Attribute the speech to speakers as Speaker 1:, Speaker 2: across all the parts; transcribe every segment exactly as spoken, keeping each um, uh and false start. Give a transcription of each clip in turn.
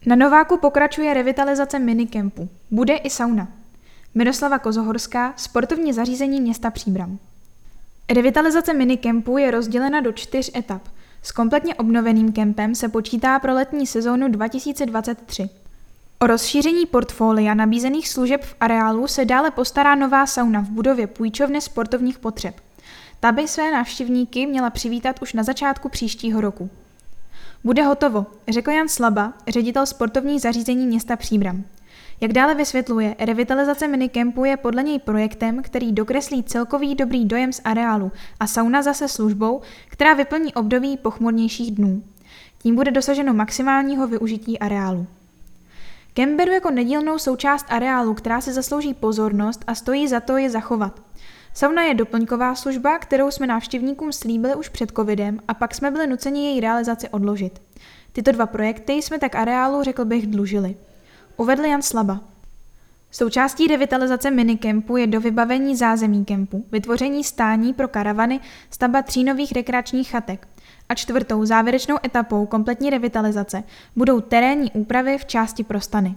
Speaker 1: Na Nováku pokračuje revitalizace minikempu. Bude i sauna. Miroslava Kozohorská, sportovní zařízení města Příbram. Revitalizace minikempu je rozdělena do čtyř etap. S kompletně obnoveným kempem se počítá pro letní sezónu dva tisíce dvacet tři. O rozšíření portfolia nabízených služeb v areálu se dále postará nová sauna v budově půjčovny sportovních potřeb. Ta by své návštěvníky měla přivítat už na začátku příštího roku. Bude hotovo, řekl Jan Slaba, ředitel sportovních zařízení města Příbram. Jak dále vysvětluje, revitalizace minikempu je podle něj projektem, který dokreslí celkový dobrý dojem z areálu a sauna zase službou, která vyplní období pochmurnějších dnů. Tím bude dosaženo maximálního využití areálu. Kemp beru jako nedílnou součást areálu, která si zaslouží pozornost a stojí za to je zachovat. Sauna je doplňková služba, kterou jsme návštěvníkům slíbili už před covidem a pak jsme byli nuceni její realizaci odložit. Tyto dva projekty jsme tak areálu, řekl bych, dlužili. Uvedl Jan Slaba. Součástí revitalizace minikempu je dovybavení zázemí kempu, vytvoření stání pro karavany, stavba tří nových rekreačních chatek. A čtvrtou závěrečnou etapou kompletní revitalizace budou terénní úpravy v části pro stany.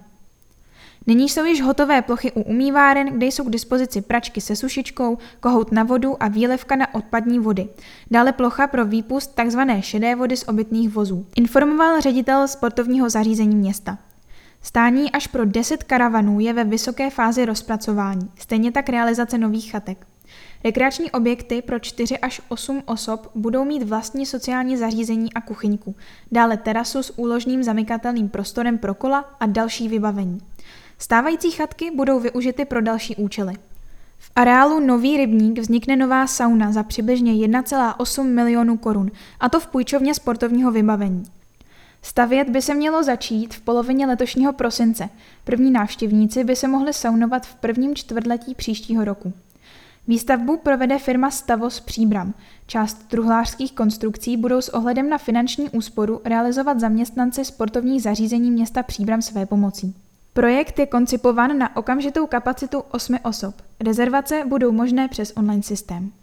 Speaker 1: Nyní jsou již hotové plochy u umýváren, kde jsou k dispozici pračky se sušičkou, kohout na vodu a výlevka na odpadní vody. Dále plocha pro výpust tzv. Šedé vody z obytných vozů, informoval ředitel sportovního zařízení města. Stání až pro deset karavanů je ve vysoké fázi rozpracování, stejně tak realizace nových chatek. Rekreační objekty pro čtyři až osm osob budou mít vlastní sociální zařízení a kuchyňku, dále terasu s úložným zamykatelným prostorem pro kola a další vybavení. Stávající chatky budou využity pro další účely. V areálu Nový rybník vznikne nová sauna za přibližně jedna celá osm milionu korun, a to v půjčovně sportovního vybavení. Stavět by se mělo začít v polovině letošního prosince. První návštěvníci by se mohli saunovat v prvním čtvrtletí příštího roku. Výstavbu provede firma Stavos Příbram. Část truhlářských konstrukcí budou s ohledem na finanční úsporu realizovat zaměstnanci sportovních zařízení města Příbram své pomocí. Projekt je koncipován na okamžitou kapacitu osmi osob. Rezervace budou možné přes online systém.